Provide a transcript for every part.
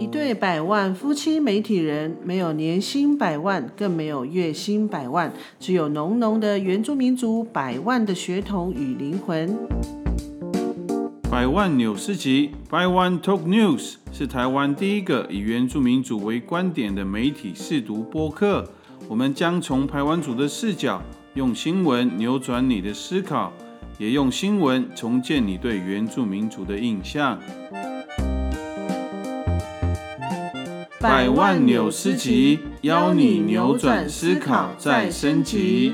一对百万夫妻媒体人，没有年薪100万，更没有月薪100万，只有浓浓的原住民族100万的血统与灵魂。 百万纽斯集 百万 Talk News 是台湾第一个以原住民族为观点的媒体识读播客。我们将从排湾族的视角，用新闻扭转你的思考，也用新闻重建你对原住民族的印象。百万纽斯集，邀你扭转思考，再升级。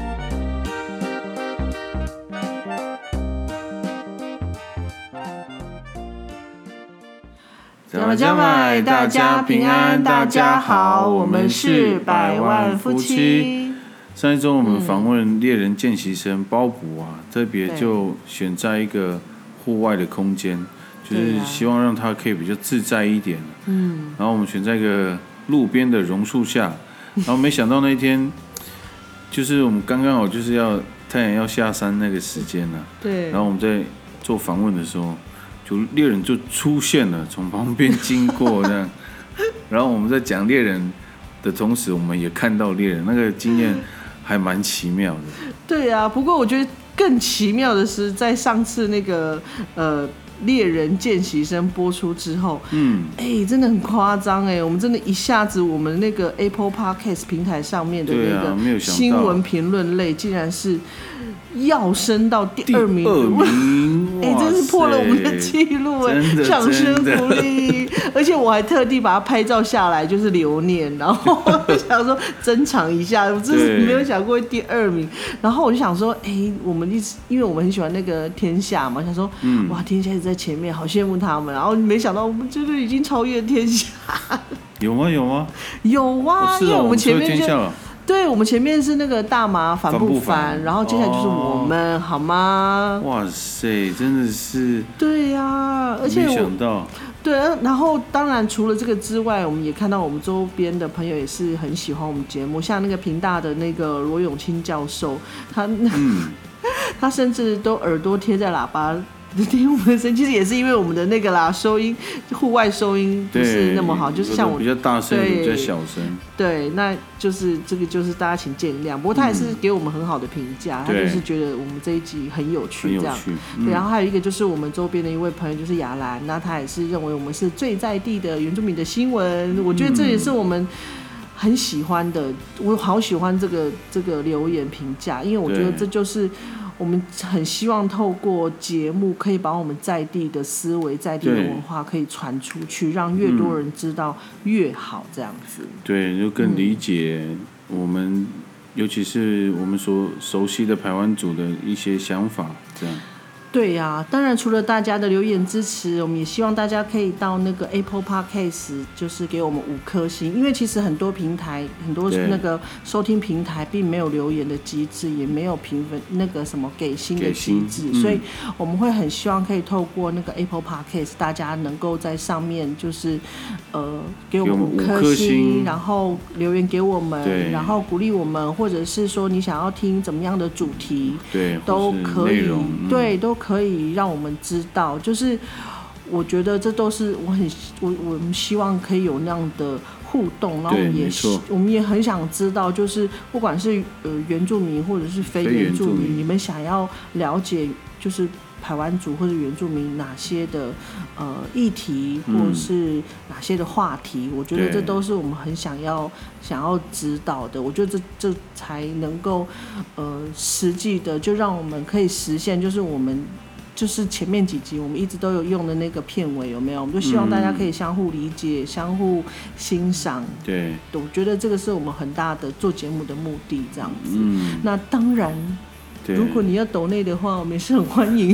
加买，大家平安，大家好，我们是百万夫妻。 上一周我们访问猎人见习生包卜啊，特别就选在一个户外的空间，就是希望让他可以比较自在一点。然后我们选在一个路边的榕树下，然后没想到那一天，就是我们刚刚好就是太阳要下山那个时间了。对。然后我们在做访问的时候，就猎人就出现了，从旁边经过这样。然后我们在讲猎人的同时，我们也看到猎人，那个经验还蛮奇妙的。对啊， 不过我觉得更奇妙的是，在上次那个猎人见习生播出之后，真的很夸张我们真的一下子，我们那个 Apple Podcast 平台上面的那个新闻评论类，竟然是跃升到第2名，真是破了我们的记录掌声鼓励！而且我还特地把它拍照下来，就是留念，然后想说珍藏一下，我真是没有想过第2名。然后我就想说，我们因为我们很喜欢那个天下嘛，想说，哇，天下一直在前面，好羡慕他们。然后没想到我们真的已经超越天下。 有吗？有啊， 因为我们前面对，我们前面是那个大麻烦不烦，然后接下来就是我们，好吗？ 哇塞，真的是。 对呀，而且没想到。 对，然后当然除了这个之外，我们也看到我们周边的朋友也是很喜欢我们节目，像那个屏大的那个罗永清教授，他甚至都耳朵贴在喇叭听我们的声音，其实也是因为我们的那个啦，收音户外收音不是那么好，就是像我比较大声，比较小声。对， 那就是这个就是大家请见谅。不过他也是给我们很好的评价，他就是觉得我们这一集很有趣，这样。对，然后还有一个就是我们周边的一位朋友就是雅兰，那他也是认为我们是最在地的原住民的新闻，我觉得这也是我们很喜欢的，我好喜欢这个留言评价，因为我觉得这就是我们很希望透过节目可以把我们在地的思维、在地的文化可以传出去，让越多人知道越好，这样子。 对，就更理解我们，尤其是我们所熟悉的排湾族的一些想法，这样。 对呀，当然除了大家的留言支持，我们也希望大家可以到那个 Apple Podcast 就是给我们5颗星，因为其实很多平台、很多那个收听平台并没有留言的机制，也没有评分那个什么给星的机制，所以我们会很希望可以透过那个 Apple Podcast 大家能够在上面就是给我们5颗星，然后留言给我们，然后鼓励我们，或者是说你想要听怎么样的主题，都可以，都可以让我们知道，就是我觉得这都是我们希望可以有那样的互动，然后我们也很想知道，就是不管是原住民或者是非原住民，你们想要了解就是排湾族或者原住民哪些的议题，或者是哪些的话题，我觉得这都是我们很想要知道的。我觉得这才能够实际的就让我们可以实现，就是我们就是前面几集我们一直都有用的那个片尾，有没有？我们就希望大家可以相互理解、相互欣赏。对，我觉得这个是我们很大的做节目的目的，这样子。那当然。如果你要抖内的话，我们也是很欢迎。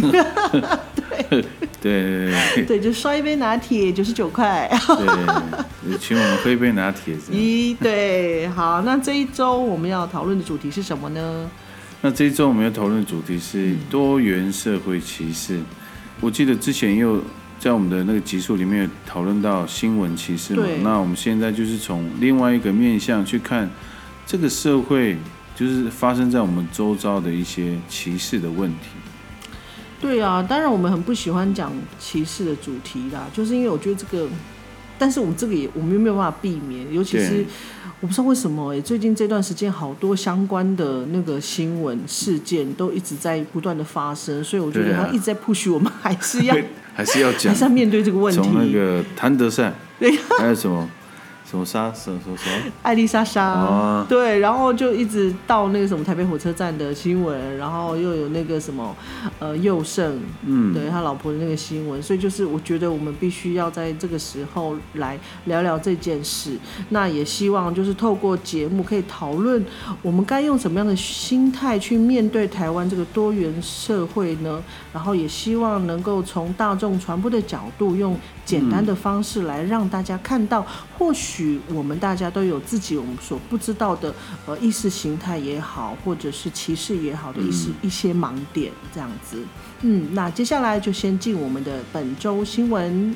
对，就刷一杯拿铁99块。 对，请我们喝一杯拿铁。 对，好，那这一周我们要讨论的主题是什么呢？ 那这一周我们要讨论的主题是多元社会歧视。我记得之前也有在我们的那个集数里面讨论到新闻歧视嘛，那我们现在就是从另外一个面向去看这个社会。就是发生在我们周遭的一些歧视的问题。 对啊，当然我们很不喜欢讲歧视的主题啦，就是因为我觉得这个但是我们这个我们又没有办法避免，尤其是我不知道为什么最近这段时间好多相关的那个新闻事件都一直在不断的发生，所以我觉得他一直在 push 我们还是要讲，还是要面对这个问题。 从那个谭德赛，还有什么艾丽莎莎，对，然后就一直到那个什么台北火车站的新闻，然后又有那个什么佑胜，对他老婆的那个新闻，所以就是我觉得我们必须要在这个时候来聊聊这件事。那也希望就是透过节目可以讨论我们该用什么样的心态去面对台湾这个多元社会呢？然后也希望能够从大众传播的角度，用简单的方式来让大家看到，或许我们大家都有自己我们所不知道的意识形态也好，或者是歧视也好的一些盲点这样子。那接下来就先进我们的本周新闻。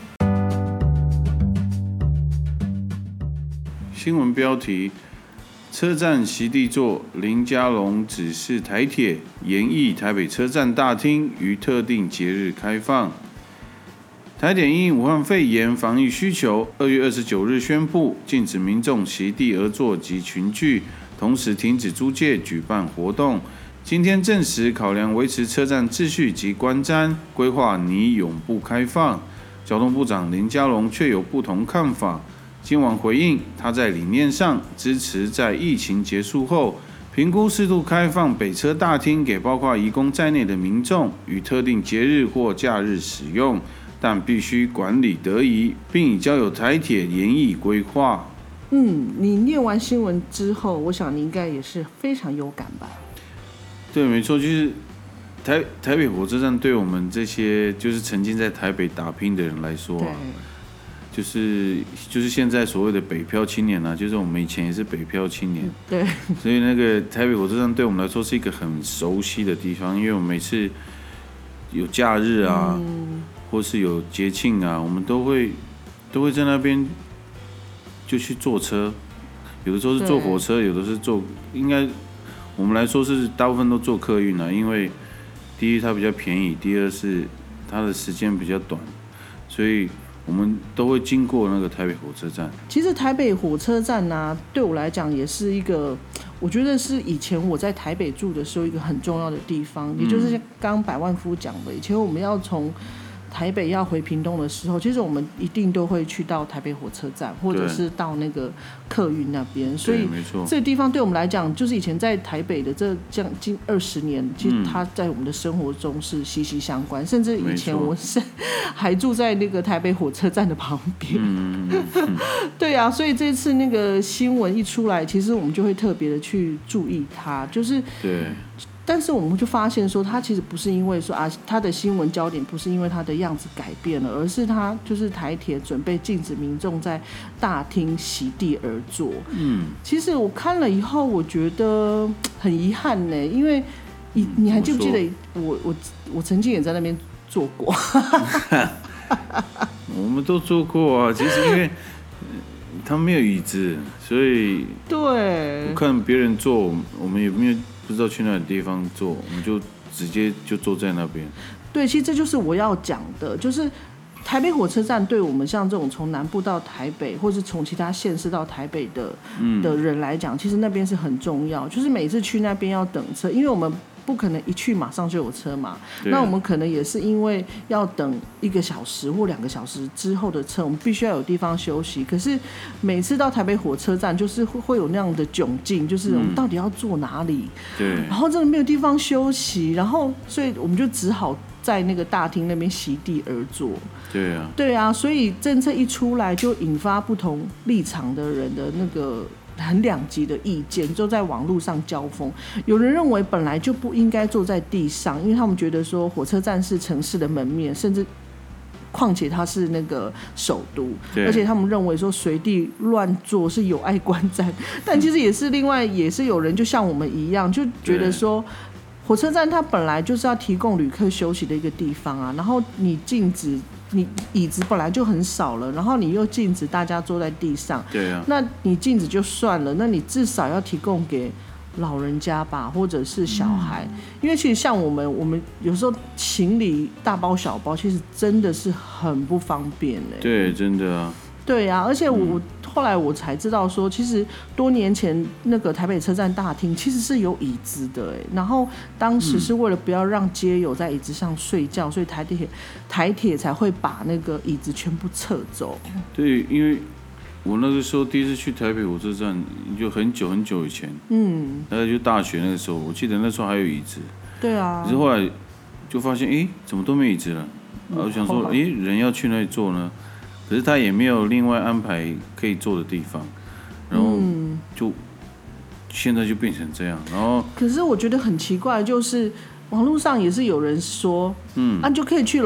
新闻标题：车站席地座，林佳龙指示台铁研议台北车站大厅于特定节日开放。台铁因武汉肺炎防疫需求，2月29日宣布禁止民众席地而坐及群聚，同时停止租借举办活动。今天证实，考量维持车站秩序及观瞻，规划拟永不开放。交通部长林佳龙却有不同看法。今晚回应，他在理念上支持在疫情结束后，评估适度开放北车大厅给包括移工在内的民众于特定节日或假日使用，但必须管理得宜，并已交由台铁研议规划。 你念完新闻之后，我想你应该也是非常有感吧？ 对，没错，就是台北火车站对我们这些就是曾经在台北打拼的人来说就是现在所谓的北漂青年啊，就是我们以前也是北漂青年， 对， 所以那个台北火车站对我们来说是一个很熟悉的地方，因为我们每次有假日啊，或是有节庆啊，我们都会在那边就去坐车，有的时候是坐火车，有的是坐，应该我们来说是大部分都坐客运啊，因为第一它比较便宜，第二是它的时间比较短，所以我们都会经过那个台北火车站。 其实台北火车站啊，对我来讲也是一个，我觉得是以前我在台北住的时候一个很重要的地方，也就是刚刚百万夫讲的，以前我们要从台北要回屏东的时候，其实我们一定都会去到台北火车站，或者是到那个客运那边，所以这个地方对我们来讲，就是以前在台北的这将近20年，其实它在我们的生活中是息息相关，甚至以前我是还住在那个台北火车站的旁边。对啊，所以这次那个新闻一出来，其实我们就会特别的去注意它，就是对。 但是我们就发现说，它其实不是因为说它的新闻焦点不是因为它的样子改变了，而是它就是台铁准备禁止民众在大厅席地而坐。其实我看了以后，我觉得很遗憾呢，因为你还记不记得我曾经也在那边坐过？ 我们都坐过啊，其实因为他没有椅子，所以对我看别人坐，我们也没有不知道去哪里地方坐，我们就直接就坐在那边。 对，其实这就是我要讲的，就是台北火车站对我们像这种从南部到台北，或是从其他县市到台北的人来讲，其实那边是很重要。就是每次去那边要等车，因为我们不可能一去马上就有车嘛，那我们可能也是因为要等1个小时或2个小时之后的车，我们必须要有地方休息。可是每次到台北火车站，就是会有那样的窘境，就是我们到底要坐哪里？然后真的没有地方休息，然后所以我们就只好在那个大厅那边席地而坐。对啊，所以政策一出来，就引发不同立场的人的那个很两极的意见，就在网络上交锋。有人认为本来就不应该坐在地上，因为他们觉得说火车站是城市的门面，甚至况且它是那个首都，而且他们认为说随地乱坐是有碍观瞻。但其实也是另外也是有人就像我们一样，就觉得说火车站它本来就是要提供旅客休息的一个地方啊，然后你禁止。你椅子本来就很少了，然后你又禁止大家坐在地上，那你禁止就算了，那你至少要提供给老人家吧，或者是小孩，因为其实像我们有时候行李大包小包，其实真的是很不方便。 对，真的啊。 对啊，而且后来我才知道说，其实多年前那个台北车站大厅其实是有椅子的，然后当时是为了不要让街友在椅子上睡觉，所以台铁才会把那个椅子全部撤走。 对，因为我那个时候第一次去台北火车站，就很久很久以前，大概就大学那个时候，我记得那时候还有椅子。对啊。可是后来就发现，怎么都没椅子了？我想说，人要去那里坐呢？可是他也没有另外安排可以坐的地方，然后就现在就变成这样。然后， 可是我觉得很奇怪，就是网络上也是有人说，就可以去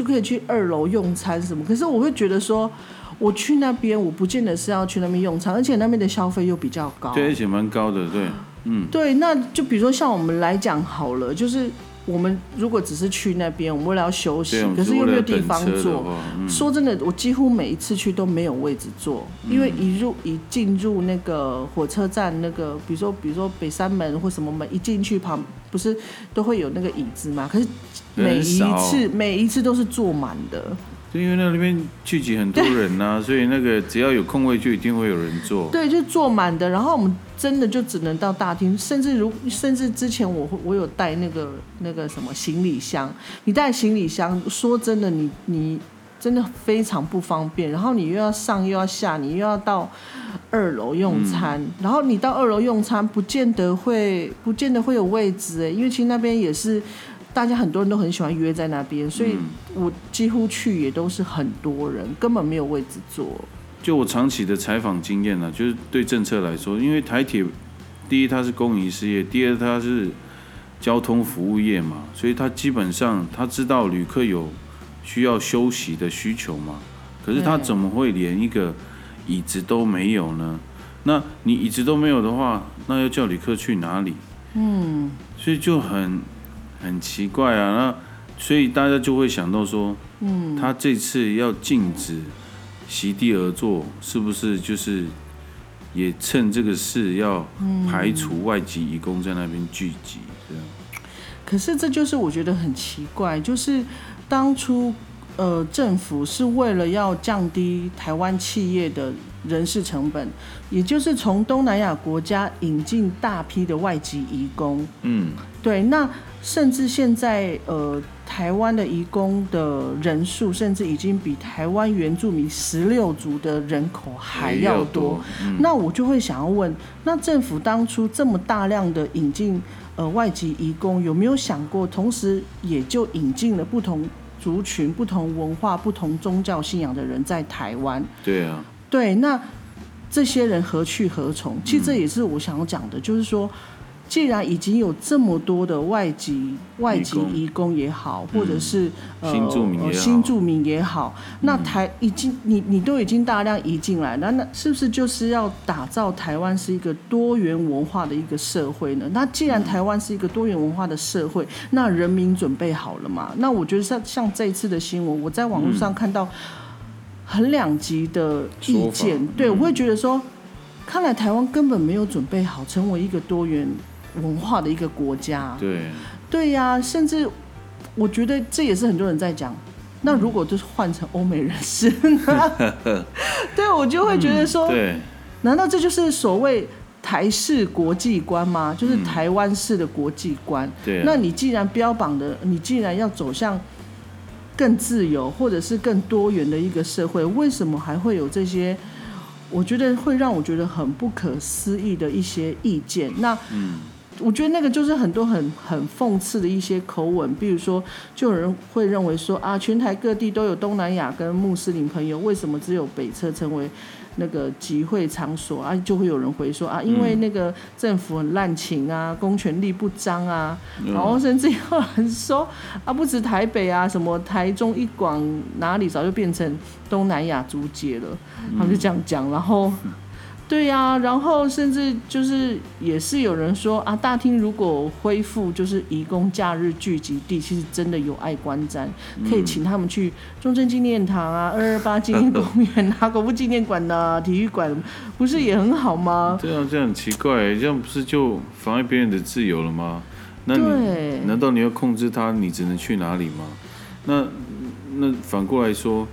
2楼用餐什么。可是我会觉得说，我去那边，我不见得是要去那边用餐，而且那边的消费又比较高。 对，而且蛮高的，对， 对，那就比如说像我们来讲好了，就是我们如果只是去那边，我们为了要休息，可是又没有地方坐。说真的，我几乎每一次去都没有位置坐，因为一进入那个火车站，那个比如说北三门或什么门，一进去旁不是都会有那个椅子嘛？可是每一次都是坐满的。 就因为那边聚集很多人啊，所以那个只要有空位就一定会有人坐。 对，就坐满的。然后我们真的就只能到大厅，甚至之前我有带那个什么行李箱，你带行李箱，说真的，你真的非常不方便。然后你又要上又要下，你又要到2楼用餐，然后你到2楼用餐，不见得会有位置因为其实那边也是。大家很多人都很喜欢约在那边，所以我几乎去也都是很多人，根本没有位置坐。 就我长期的采访经验啊，就是对政策来说，因为台铁第一它是公营事业，第二它是交通服务业嘛，所以它基本上它知道旅客有需要休息的需求嘛。可是它怎么会连一个椅子都没有呢？那你椅子都没有的话，那要叫旅客去哪里？所以就很奇怪啊，那所以大家就会想到说，他这次要禁止席地而坐，是不是就是也趁这个事要排除外籍移工在那边聚集？这样。 可是这就是我觉得很奇怪，就是当初政府是为了要降低台湾企业的人事成本，也就是从东南亚国家引进大批的外籍移工。对，那甚至现在台湾的移工的人数，甚至已经比台湾原住民16族的人口还要多。那我就会想要问，那政府当初这么大量的引进外籍移工，有没有想过，同时也就引进了不同族群、不同文化、不同宗教信仰的人在台湾？ 对啊， 对，那这些人何去何从？其实这也是我想要讲的，就是说，既然已经有这么多的外籍移工也好，或者是新住民也好，那你都已经大量移进来，那是不是就是要打造台湾是一个多元文化的一个社会呢？那既然台湾是一个多元文化的社会，那人民准备好了嘛？那我觉得像这一次的新闻，我在网络上看到很两极的意见，对，我会觉得说，看来台湾根本没有准备好成为一个多元文化的一个国家。对呀，甚至我觉得这也是很多人在讲。那如果就是换成欧美人士对，我就会觉得说，难道这就是所谓台式国际观吗？就是台湾式的国际观。那你既然标榜的，你既然要走向更自由或者是更多元的一个社会，为什么还会有这些我觉得会让我觉得很不可思议的一些意见？那我觉得那个就是很多很讽刺的一些口吻，比如说就有人会认为说啊，全台各地都有东南亚跟穆斯林朋友，为什么只有北车成为那个集会场所啊？就会有人回说啊，因为那个政府很滥情啊，公权力不彰啊，然后甚至有人说啊，不止台北啊，什么台中一广哪里早就变成东南亚租界了，他们就这样讲，然后。对呀，然后甚至就是也是有人说啊，大厅如果恢复就是移工假日聚集地，其实真的有碍观瞻，可以请他们去中正纪念堂啊、228纪念公园啊、国父纪念馆啊、体育馆，不是也很好吗？ 这样很奇怪，这样不是就妨碍别人的自由了吗？那你难道你要控制他，你只能去哪里吗？那反过来说，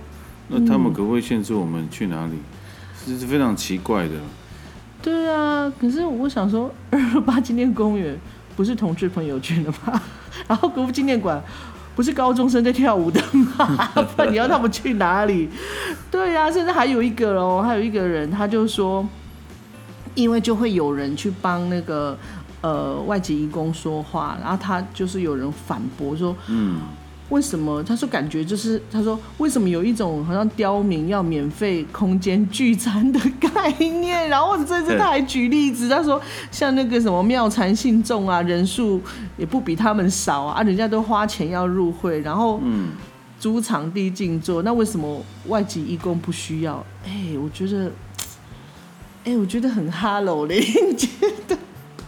那他们可不可以限制我们去哪里？这是非常奇怪的。 对啊，可是我想说，228纪念公园不是同志朋友圈的吗？然后国父纪念馆不是高中生在跳舞的吗？不然你要他们去哪里？对啊，甚至还有一个人，他就说，因为就会有人去帮那个外籍移工说话，然后他就是有人反驳说，为什么？他说感觉就是他说为什么有一种好像刁民要免费空间聚餐的概念，然后甚至他还举例子，他说像那个什么妙禅信众啊，人数也不比他们少啊，人家都花钱要入会，然后租场地静坐，那为什么外籍移工不需要？我觉得很哈喽嘞，你觉得？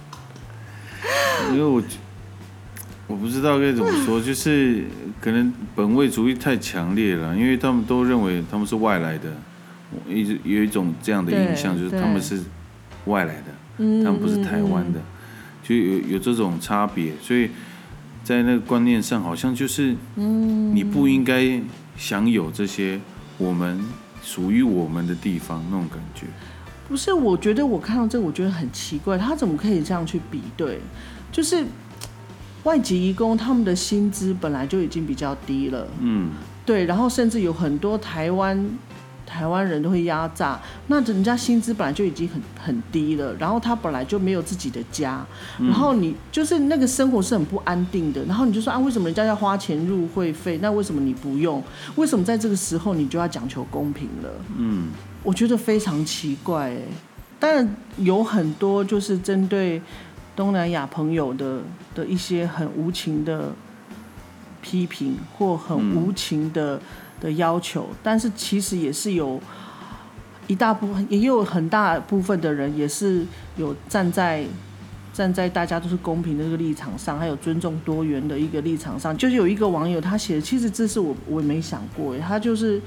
因为我不知道该怎么说，就是可能本位主义太强烈了，因为他们都认为他们是外来的，一直有一种这样的印象，就是他们是外来的，他们不是台湾的，就有这种差别，所以在那个观念上，好像就是你不应该享有这些我们属于我们的地方那种感觉。 不是，我觉得我看到这个，我觉得很奇怪，他怎么可以这样去比对？就是外籍移工他们的薪资本来就已经比较低了，对，然后甚至有很多台湾人都会压榨，那人家薪资本来就已经很低了，然后他本来就没有自己的家，然后你就是那个生活是很不安定的，然后你就说啊，为什么人家要花钱入会费，那为什么你不用？为什么在这个时候你就要讲求公平了？我觉得非常奇怪当然有很多就是针对东南亚朋友的一些很无情的批评或很无情的要求，但是其实也是有一大部分，也有很大部分的人也是有站在大家都是公平的这个立场上，还有尊重多元的一个立场上。就是有一个网友他写的，其实这是我也没想过，他就是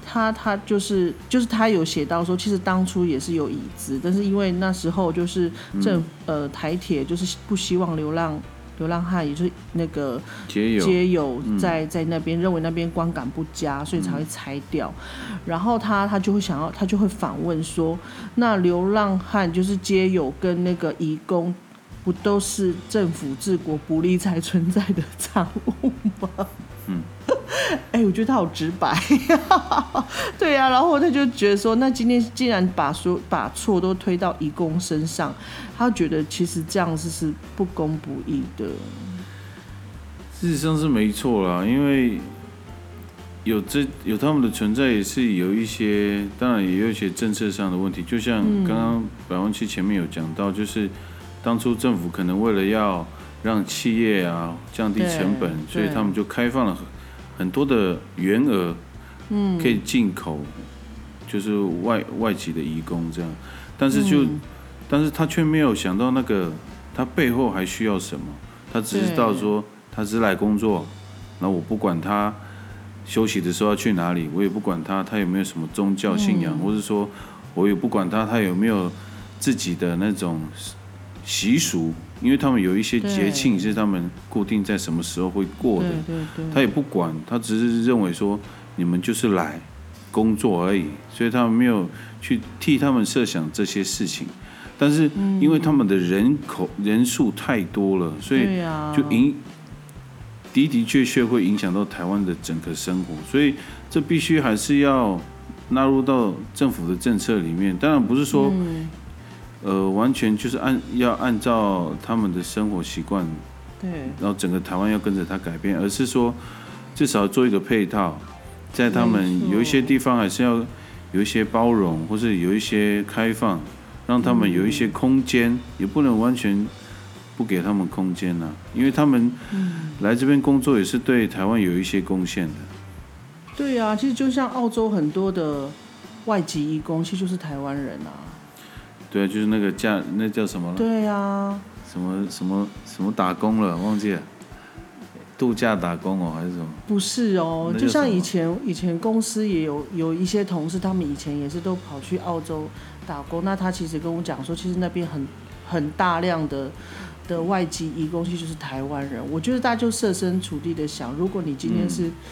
他有写到说，其实当初也是有椅子，但是因为那时候就是台铁就是不希望流浪汉，也就是那个街友在那边认为那边观感不佳，所以才会拆掉。然后他就会反问说，那流浪汉就是街友跟那个移工，不都是政府治国不力才存在的产物吗？我觉得他好直白对啊，然后他就觉得说，那今天既然把错都推到移工身上，他觉得其实这样是不公不义的。 事实上是没错啦，因为有他们的存在，也是有一些，当然也有一些政策上的问题，就像刚刚百万期前面有讲到，就是当初政府可能为了要让企业啊降低成本，所以他们就开放了很多的员额，可以进口，就是外籍的移工这样，但是他却没有想到那个他背后还需要什么，他只知道说他只来工作，然后我不管他休息的时候要去哪里，我也不管他有没有什么宗教信仰，或者说我也不管他有没有自己的那种习俗，因为他们有一些节庆是他们固定在什么时候会过的，他也不管，他只是认为说你们就是来工作而已，所以他们没有去替他们设想这些事情。但是因为他们的人数太多了，所以就的确会影响到台湾的整个生活，所以这必须还是要纳入到政府的政策里面。当然不是说完全就是要按照他们的生活习惯，对，然后整个台湾要跟着他改变，而是说至少做一个配套，在他们有一些地方还是要有一些包容，或是有一些开放，让他们有一些空间，也不能完全不给他们空间啊，因为他们来这边工作也是对台湾有一些贡献的。 对啊，其实就像澳洲很多的外籍移工，其实就是台湾人啊。 对啊，就是那叫什么了？对啊， 什么打工了，忘记了，度假打工哦，还是什么？ 不是哦，就像以前公司也有一些同事，他们以前也是都跑去澳洲打工。那他其实跟我讲说，其实那边很大量的外籍移工，其实就是台湾人。我觉得大家就设身处地的想，如果你今天是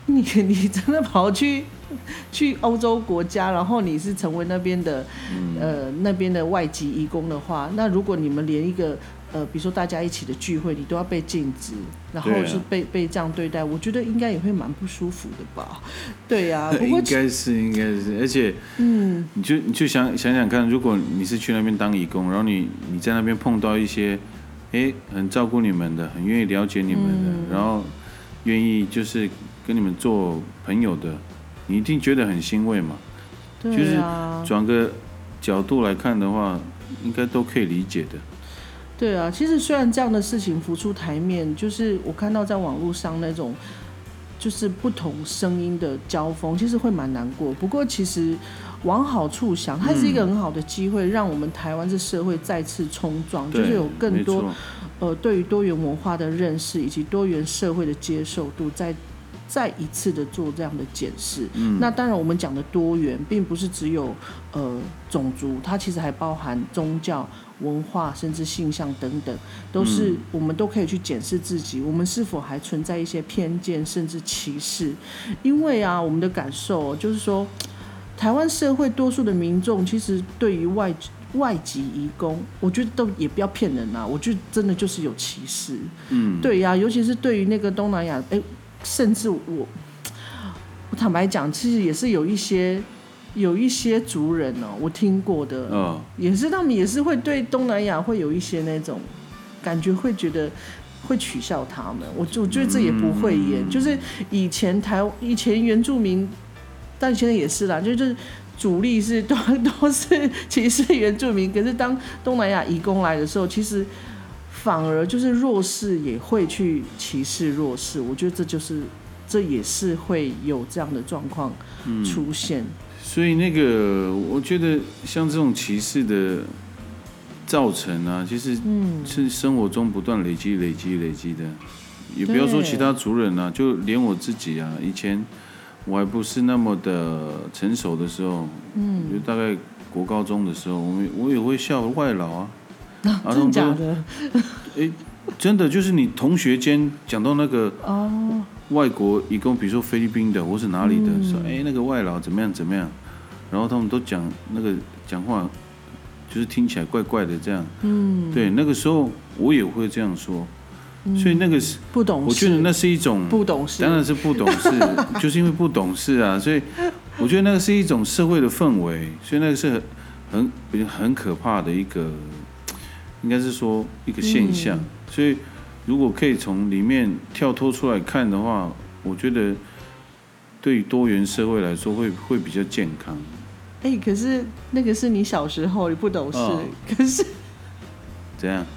你真的跑去欧洲国家，然后你是成为那边的外籍移工的话，那如果你们连一个比如说大家一起的聚会，你都要被禁止，然后是被这样对待，我觉得应该也会蛮不舒服的吧？对呀、不过应该是，而且你就想看，如果你是去那边当移工，然后你在那边碰到一些很照顾你们的，很愿意了解你们的，然后愿意就是跟你们做朋友的，你一定觉得很欣慰嘛。 对啊， 就是转个角度来看的话，应该都可以理解的。 对啊，其实虽然这样的事情浮出台面，就是我看到在网络上那种就是不同声音的交锋，其实会蛮难过。不过其实往好处想，它是一个很好的机会，让我们台湾这社会再次冲撞，就是有更多对于多元文化的认识，以及多元社会的接受度，再一次的做这样的检视。那当然我们讲的多元并不是只有种族，它其实还包含宗教、文化甚至性向等等，都是我们都可以去检视自己，我们是否还存在一些偏见甚至歧视。因为啊，我们的感受就是说，台湾社会多数的民众其实对于外籍移工，我觉得都也不要骗人啊，我觉得真的就是有歧视。对呀、尤其是对于那个东南亚，甚至我坦白讲，其实也是有一些族人我听过的，也是他们也是会对东南亚会有一些那种感觉，会觉得会取笑他们。我觉得这也不会演，就是以前原住民，但现在也是啦，就是主力是都是歧视原住民，可是当东南亚移工来的时候，其实反而就是弱势也会去歧视弱势，我觉得这也是会有这样的状况出现。 所以那个，我觉得像这种歧视的造成啊，其实是生活中不断累积的。也不要说其他族人啊，就连我自己啊，以前我还不是那么的成熟的时候，就大概国高中的时候，我也会笑外劳啊。 真的假的？ 真的就是你同学间讲到那个外国移工，比如说菲律宾的或是哪里的，说那个外劳怎么样，然后他们都讲那个讲话就是听起来怪怪的这样。对，那个时候我也会这样说，所以那个是不懂事， 我觉得那是一种不懂事， 当然是不懂事，就是因为不懂事啊，所以我觉得那个是一种社会的氛围，所以那个是很可怕的一个。应该是说一个现象，所以如果可以从里面跳脱出来看的话，我觉得对于多元社会来说会比较健康。 可是那个是你小时候你不懂事，可是怎样？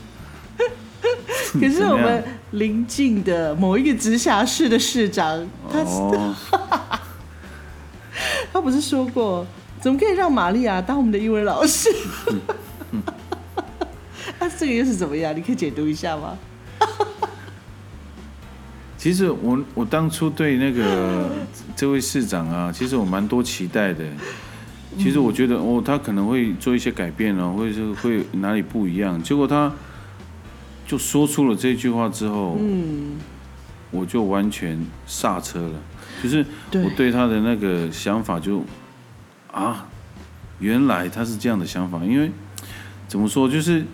可是我们邻近的某一个直辖市的市长，他不是说过，怎么可以让玛利亚当我们的英文老师？这个又是怎么样？你可以解读一下吗？ 其实我当初对那个这位市长啊，其实我蛮多期待的。其实我觉得他可能会做一些改变哦，或者是会哪里不一样。结果他就说出了这句话之后，我就完全刹车了。就是我对他的那个想法就原来他是这样的想法。因为怎么说，就是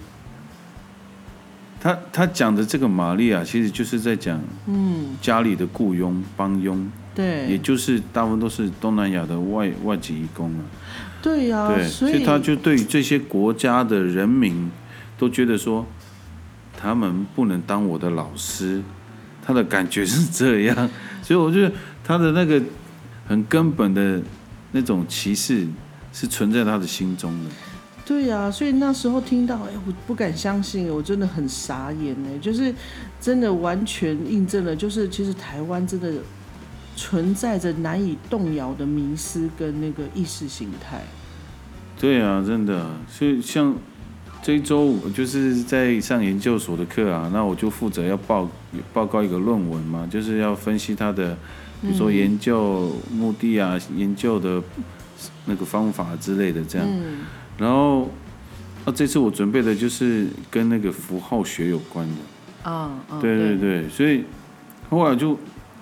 他讲的这个玛利亚，其实就是在讲家里的雇佣帮佣，对，也就是大部分都是东南亚的外籍移工啊。 对啊，对， 所以他就对于这些国家的人民都觉得说，他们不能当我的老师，他的感觉是这样。所以我觉得他的那个很根本的那种歧视是存在他的心中的。 对啊，所以那时候听到，我不敢相信，我真的很傻眼就是真的完全印证了，就是其实台湾真的存在着难以动摇的迷思跟那个意识形态。 对啊，真的，所以像这一周我就是在上研究所的课啊，那我就负责要报告一个论文嘛，就是要分析它的，比如说研究目的啊，研究的那个方法之类的这样。然后这次我准备的就是跟那个符号学有关的。对，所以后来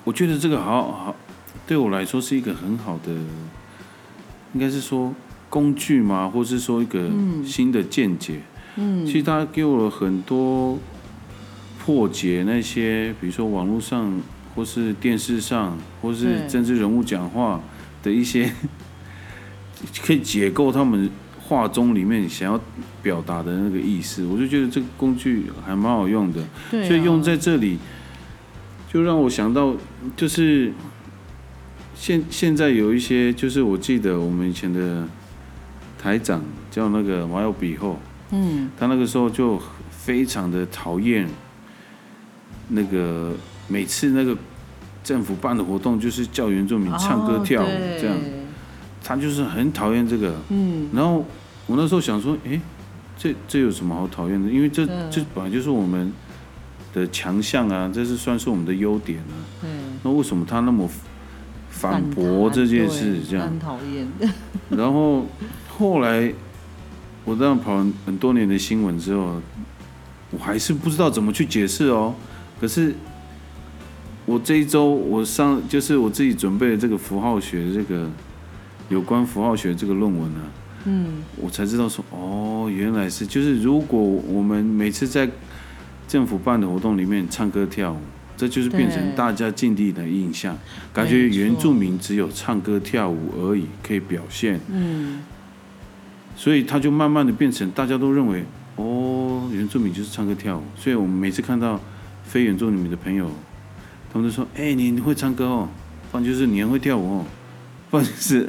我觉得这个好，对我来说是一个很好的，应该是说工具嘛，或是说一个新的见解。其实它给我了很多破解那些，比如说网络上或是电视上或是政治人物讲话的一些，可以解构他们话中里面想要表达的那个意思。我就觉得这个工具还蛮好用的，所以用在这里。就让我想到，就是现在有一些，就是我记得我们以前的台长叫那个马友比后，他那个时候就非常的讨厌那个每次那个政府办的活动，就是叫原住民唱歌跳舞这样，他就是很讨厌这个。然后我那时候想说，这有什么好讨厌的？因为这本来就是我们的强项啊，这是算是我们的优点啊。那为什么他那么反驳这件事？这样很讨厌。 然后后来我这样跑很多年的新闻之后，我还是不知道怎么去解释哦。可是我这一周就是我自己准备的这个符号学这个有关符号学这个论文啊，我才知道说原来是就是如果我们每次在政府办的活动里面唱歌跳舞，这就是变成大家禁地的印象，感觉原住民只有唱歌跳舞而已可以表现，所以他就慢慢的变成大家都认为原住民就是唱歌跳舞，所以我们每次看到非原住民的朋友，他们就说你会唱歌哦，不然就是你很会跳舞哦，不然就是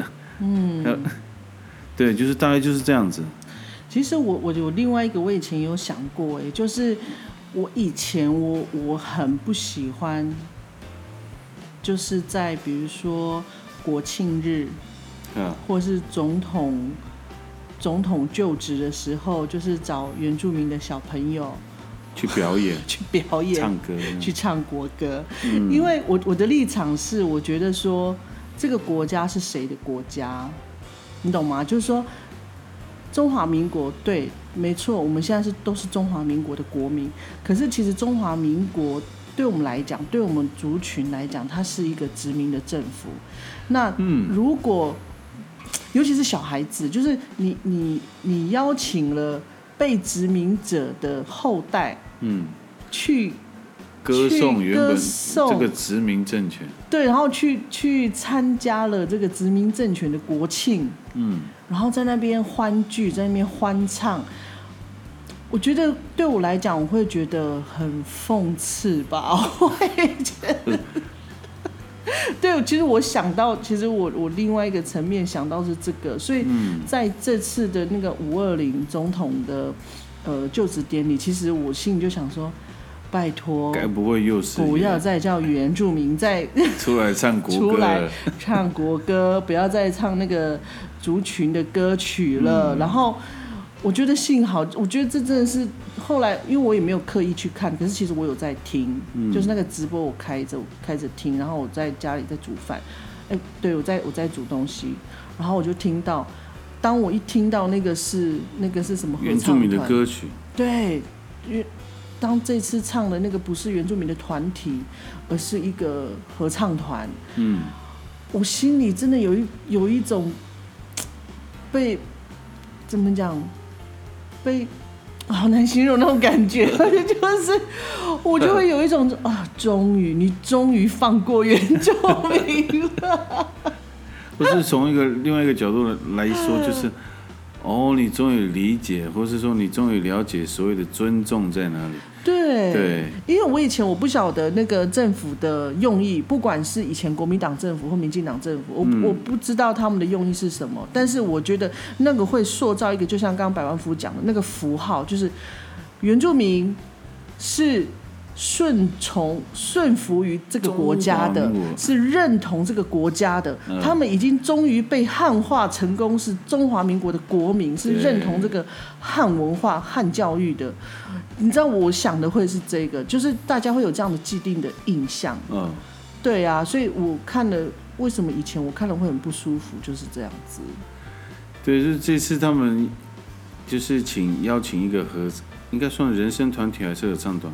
对，就是大概就是这样子。 其实我有另外一个，我以前有想过，就是我以前我很不喜欢，就是在比如说国庆日，或是总统就职的时候，就是找原住民的小朋友去表演唱歌， 去唱国歌。因为我的立场是，我觉得说这个国家是谁的国家，你懂吗？就是说中华民国，对，没错，我们现在都是中华民国的国民。可是其实中华民国对我们来讲，对我们族群来讲，它是一个殖民的政府。那如果尤其是小孩子，就是你邀请了被殖民者的后代，去歌颂原本这个殖民政权， 对，然后去参加了这个殖民政权的国庆，然后在那边欢聚，在那边欢唱。我觉得对我来讲，我会觉得很讽刺吧，我会觉得。对，其实我想到，其实我另外一个层面想到是这个，所以在这次的那个520总统的就职典礼，其实我心里就想说，拜托， 该不会又是不要再叫原住民再出来唱国歌了， 出来唱国歌，不要再唱那个族群的歌曲了。然后我觉得幸好，我觉得这真的是后来，因为我也没有刻意去看，可是其实我有在听，就是那个直播我开着听，然后我在家里在煮饭，对，我在煮东西，然后我就听到，当我一听到那个是什么合唱团， 原住民的歌曲， 对，因为当这次唱的那个不是原住民的团体，而是一个合唱团，我心里真的有一种被怎么讲，被好难形容那种感觉，就是我就会有一种你终于放过原住民了。 不是从另外一个角度来说，就是你终于理解，或是说你终于了解所谓的尊重在哪里。对， 因为我以前我不晓得那个政府的用意，不管是以前国民党政府或民进党政府，我不知道他们的用意是什么。但是我觉得那个会塑造一个，就像刚刚百万夫讲的那个符号，就是原住民是顺服于这个国家的，是认同这个国家的，他们已经终于被汉化成功，是中华民国的国民，是认同这个汉文化、汉教育的。你知道我想的会是这个，就是大家会有这样的既定的印象。对啊，所以我看了，为什么以前我看了会很不舒服，就是这样子。 对，就是这次他们就是邀请一个应该算人声团体还是合唱团，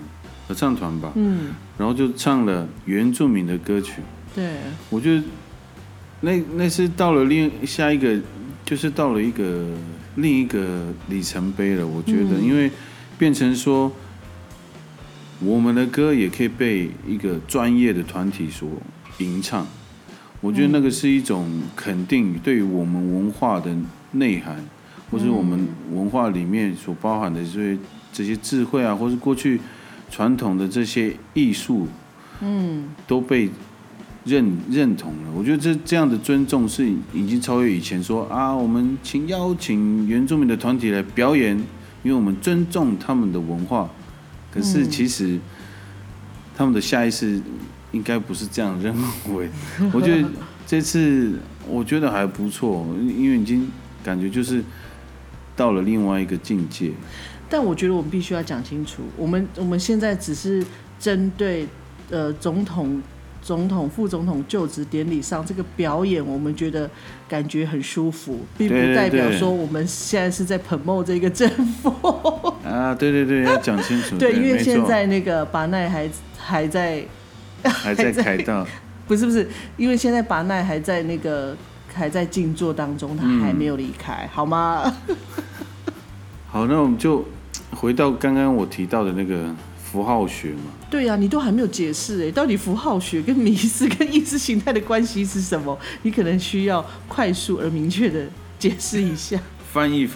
合唱团吧，然后就唱了原住民的歌曲。 对， 我觉得那是到了下一个，就是到了另一个里程碑了。我觉得，因为变成说，我们的歌也可以被一个专业的团体所吟唱。我觉得那个是一种肯定，对于我们文化的内涵，或是我们文化里面所包含的这些智慧啊，或是过去传统的这些艺术，都被认同了。我觉得这样的尊重是已经超越以前说啊，我们邀请原住民的团体来表演，因为我们尊重他们的文化。可是其实他们的下意识应该不是这样认为。我觉得这次我觉得还不错，因为已经感觉就是到了另外一个境界。 但我觉得我们必须要讲清楚，我们现在只是针对总统、副总统就职典礼上这个表演，我们觉得感觉很舒服，并不代表说我们现在是在 promote 这个政府。 啊，对，要讲清楚。 对，因为现在那个巴奈还在凯道， 不是，因为现在巴奈还在静坐当中，他还没有离开，好吗？ 好，那我们就回到刚刚我提到的那个符号学嘛。 对呀，你都还没有解释到底符号学跟迷思跟意识形态的关系是什么？你可能需要快速而明确的解释一下。 翻译。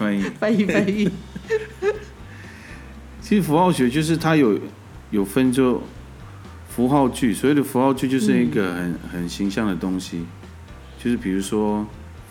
其实符号学就是它有分就符号句，所谓的符号句就是一个很形象的东西，就是比如说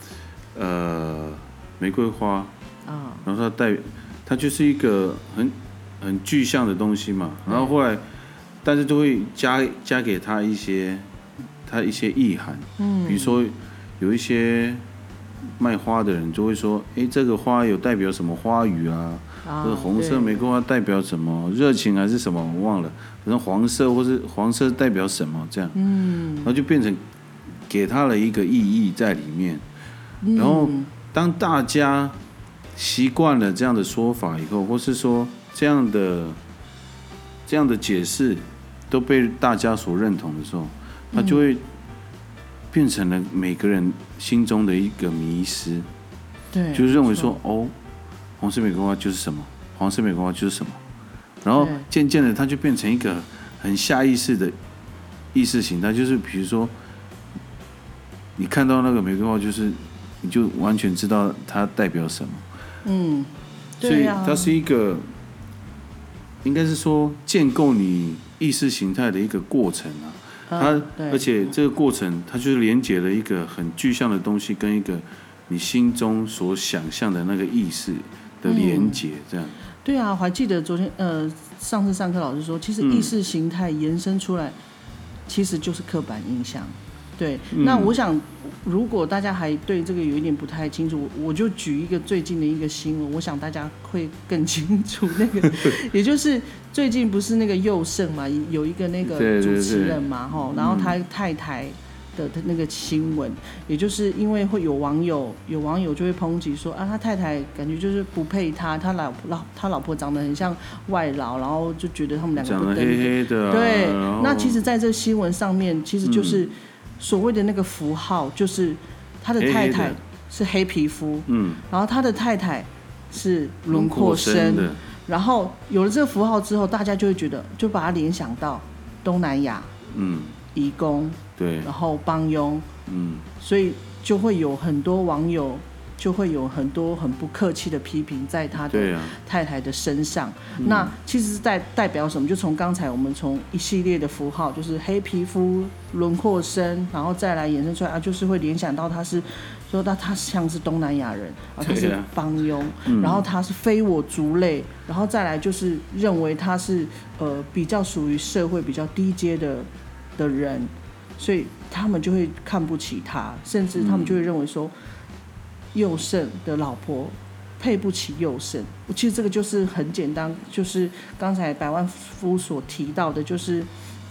玫瑰花然后它就是一个很具象的东西嘛，然后后来大家都会加给它一些意涵，比如说有一些卖花的人就会说，这个花有代表什么花语啊，或者红色玫瑰花代表什么热情还是什么我忘了，反正黄色或是黄色代表什么这样，然后就变成给它了一个意义在里面，然后当大家习惯了这样的说法以后，或是说这样的解释都被大家所认同的时候，它就会变成了每个人心中的一个迷思，对，就是认为说黄色玫瑰花就是什么，黄色玫瑰花就是什么，然后渐渐的它就变成一个很下意识的意识形态，就是比如说你看到那个玫瑰花，就是你就完全知道它代表什么。所以它是一个，应该是说建构你意识形态的一个过程啊。而且这个过程，它就是连接了一个很具象的东西，跟一个你心中所想象的那个意识的连接，这样。 对啊，我还记得昨天上次上课老师说，其实意识形态延伸出来，其实就是刻板印象。对，那我想，如果大家还对这个有一点不太清楚，我就举一个最近的一个新闻，我想大家会更清楚。那个，也就是最近不是那个佑胜嘛，有一个那个主持人嘛，然后他太太的那个新闻，也就是因为会有网友就会抨击说他太太感觉就是不配他老婆长得很像外劳，然后就觉得他们两个不登黑黑的对，那其实在这新闻上面，其实就是所谓的那个符号，就是他的太太是黑皮肤，然后他的太太是轮廓深的，然后有了这个符号之后，大家就会觉得，就把它联想到东南亚，移工，对，然后帮佣，所以就会有很多网友就会有很多很不客气的批评在他的太太的身上。那其实是代表什么？就从刚才我们从一系列的符号，就是黑皮肤、轮廓深，然后再来衍生出来就是会联想到他是说他像是东南亚人，他是帮佣，然后他是非我族类，然后再来就是认为他是比较属于社会比较低阶的人，所以他们就会看不起他，甚至他们就会认为说佑胜的老婆配不起佑胜。其实这个就是很简单，就是刚才百万夫所提到的，就是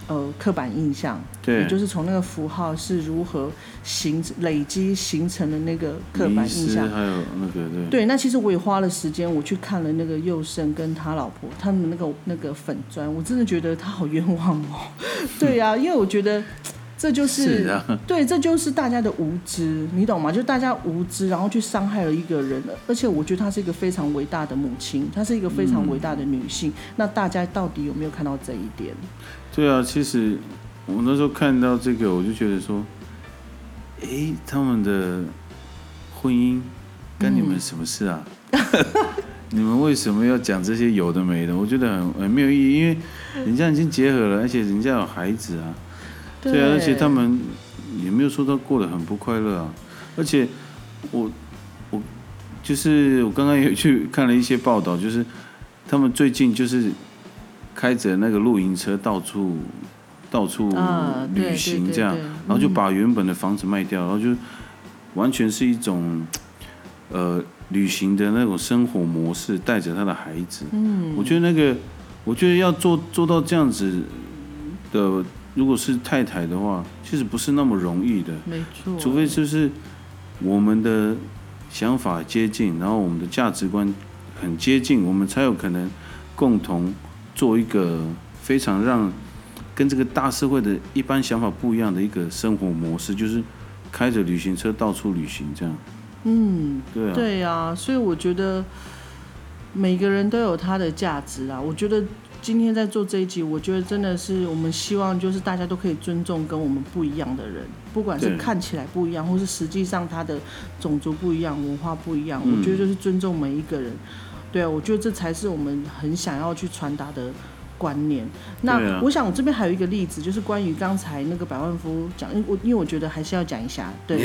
刻板印象， 对， 也就是从那个符号是如何累积形成的那个刻板印象， 还有那个对，那其实我也花了时间，我去看了那个佑胜跟他老婆他们那个粉专，我真的觉得他好冤枉哦。对啊，因为我觉得这就是对，这就是大家的无知，你懂吗？就大家无知，然后去伤害了一个人，而且我觉得她是一个非常伟大的母亲，她是一个非常伟大的女性。那大家到底有没有看到这一点？ 对啊，其实我那时候看到这个，我就觉得说，他们的婚姻干你们什么事啊？你们为什么要讲这些有的没的？我觉得很没有意义，因为人家已经结合了，而且人家有孩子啊。对啊，而且他们也没有说他过得很不快乐啊。而且我就是我刚刚有去看了一些报道，就是他们最近就是开着那个露营车到处旅行这样，然后就把原本的房子卖掉，然后就完全是一种旅行的那种生活模式，带着他的孩子。我觉得要做到这样子的。如果是太太的话，其实不是那么容易的， 没错。 除非就是我们的想法接近，然后我们的价值观很接近，我们才有可能共同做一个非常让跟这个大社会的一般想法不一样的一个生活模式，就是开着旅行车到处旅行这样。对啊， 对啊，所以我觉得每个人都有他的价值啊。我觉得今天在做这一集，我觉得真的是我们希望就是大家都可以尊重跟我们不一样的人，不管是看起来不一样，或是实际上他的种族不一样、文化不一样，我觉得就是尊重每一个人。对啊，我觉得这才是我们很想要去传达的观念。那我想我这边还有一个例子，就是关于刚才那个百万夫讲，因为我觉得还是要讲一下，对，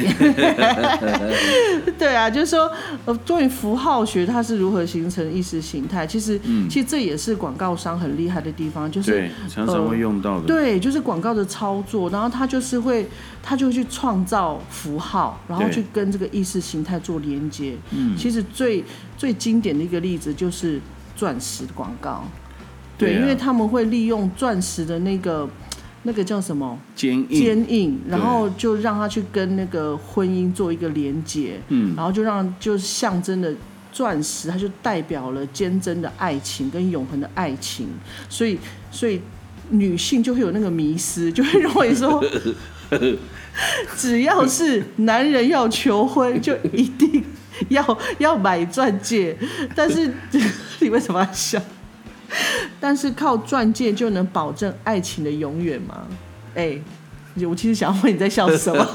对啊，就是说，关于符号学它是如何形成意识形态，其实这也是广告商很厉害的地方，就是对常常会用到的， 对，就是广告的操作，然后他就会去创造符号，然后去跟这个意识形态做连接。其实最经典的一个例子就是钻石广告。对，因为他们会利用钻石的那个叫什么坚硬，然后就让他去跟那个婚姻做一个连结，然后就象征的钻石，它就代表了坚贞的爱情跟永恒的爱情，所以女性就会有那个迷思，就会认为说，只要是男人要求婚，就一定要买钻戒，但是你为什么要笑？但是靠钻戒就能保证爱情的永远吗？我其实想问你在笑什么？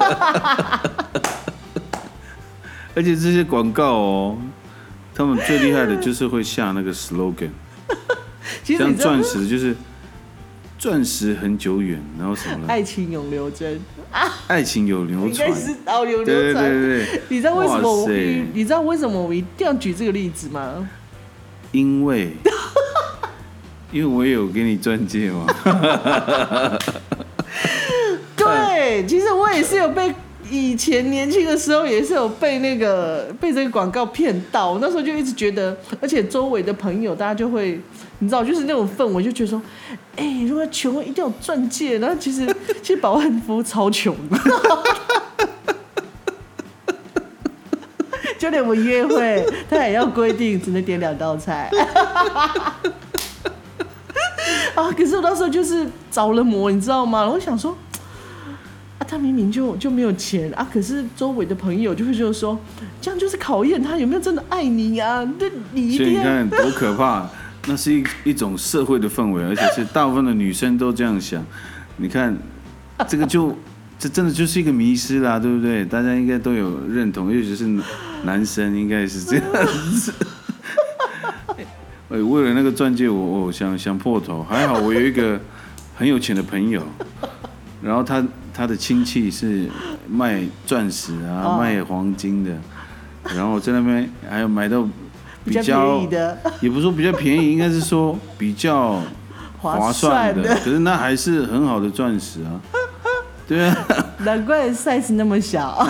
而且这些广告他们最厉害的就是会下那个 slogan， 像钻石就是钻石很久远，然后什么爱情永流真， 爱情有流传， 应该是永流传。 对， 你知道为什么我一定要举这个例子吗？ 因为我也有给你钻戒嘛。 对，其实我也是有被，以前年轻的时候也是有被这个广告骗到。我那时候就一直觉得，而且周围的朋友大家就会，你知道，就是那种氛围，就觉得说，如果求婚一定要有钻戒。然后其实百万夫超穷的。就连我们约会，他也要规定只能点2道菜。可是我那时候就是着了魔，你知道吗？我想说，他明明就没有钱啊，可是周围的朋友就会觉得说，这样就是考验他有没有真的爱你啊！你一定要。所以你看多可怕，那是一种社会的氛围，而且是大部分的女生都这样想。你看，这真的就是一个迷思啦，对不对？大家应该都有认同，尤其是男生应该是这样子。为了那个钻戒，我想破头。还好我有一个很有钱的朋友，然后他的亲戚是卖钻石啊、卖黄金的，然后在那边还有买到比较便宜的， 也不是说比较便宜，应该是说比较划算的。可是那还是很好的钻石啊，对啊， 难怪 size 那么小。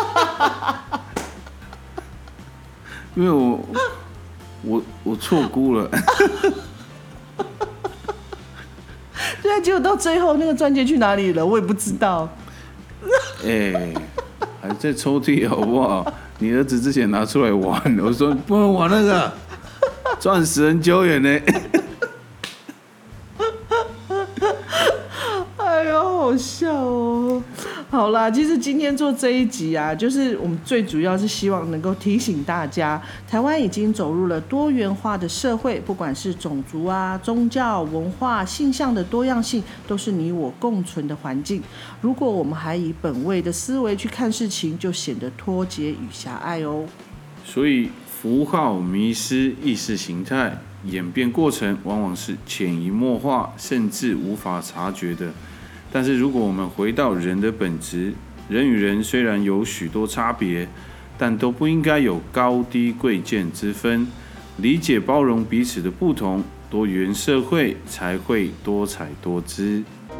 因为我错估了。 对， 啊，结果到最后那个钻戒去哪里了，我也不知道。 还在抽屉好不好？你儿子之前拿出来玩，我说不能玩那个，钻石很久远呢。 哎呦，好笑哦！好啦，其实今天做这一集啊，就是我们最主要是希望能够提醒大家，台湾已经走入了多元化的社会，不管是种族啊、宗教、文化、性向的多样性，都是你我共存的环境。如果我们还以本位的思维去看事情，就显得脱节与狭隘哦。 所以符号迷失、意识形态演变过程，往往是潜移默化，甚至无法察觉的。但是如果我们回到人的本质，人与人虽然有许多差别，但都不应该有高低贵贱之分，理解包容彼此的不同，多元社会才会多彩多姿。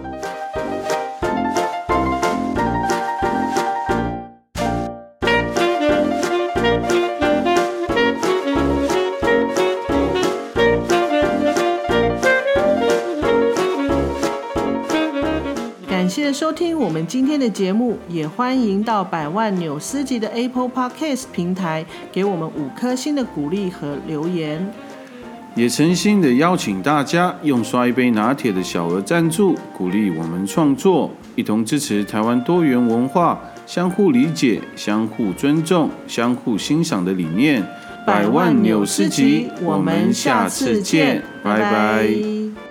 感谢收听我们今天的节目，也欢迎到百万纽斯级的 Apple Podcast 平台给我们5颗星的鼓励和留言， 也诚心的邀请大家用刷一杯拿铁的小额赞助，鼓励我们创作，一同支持台湾多元文化相互理解、相互尊重、相互欣赏的理念。百万纽斯级，我们下次见，拜拜。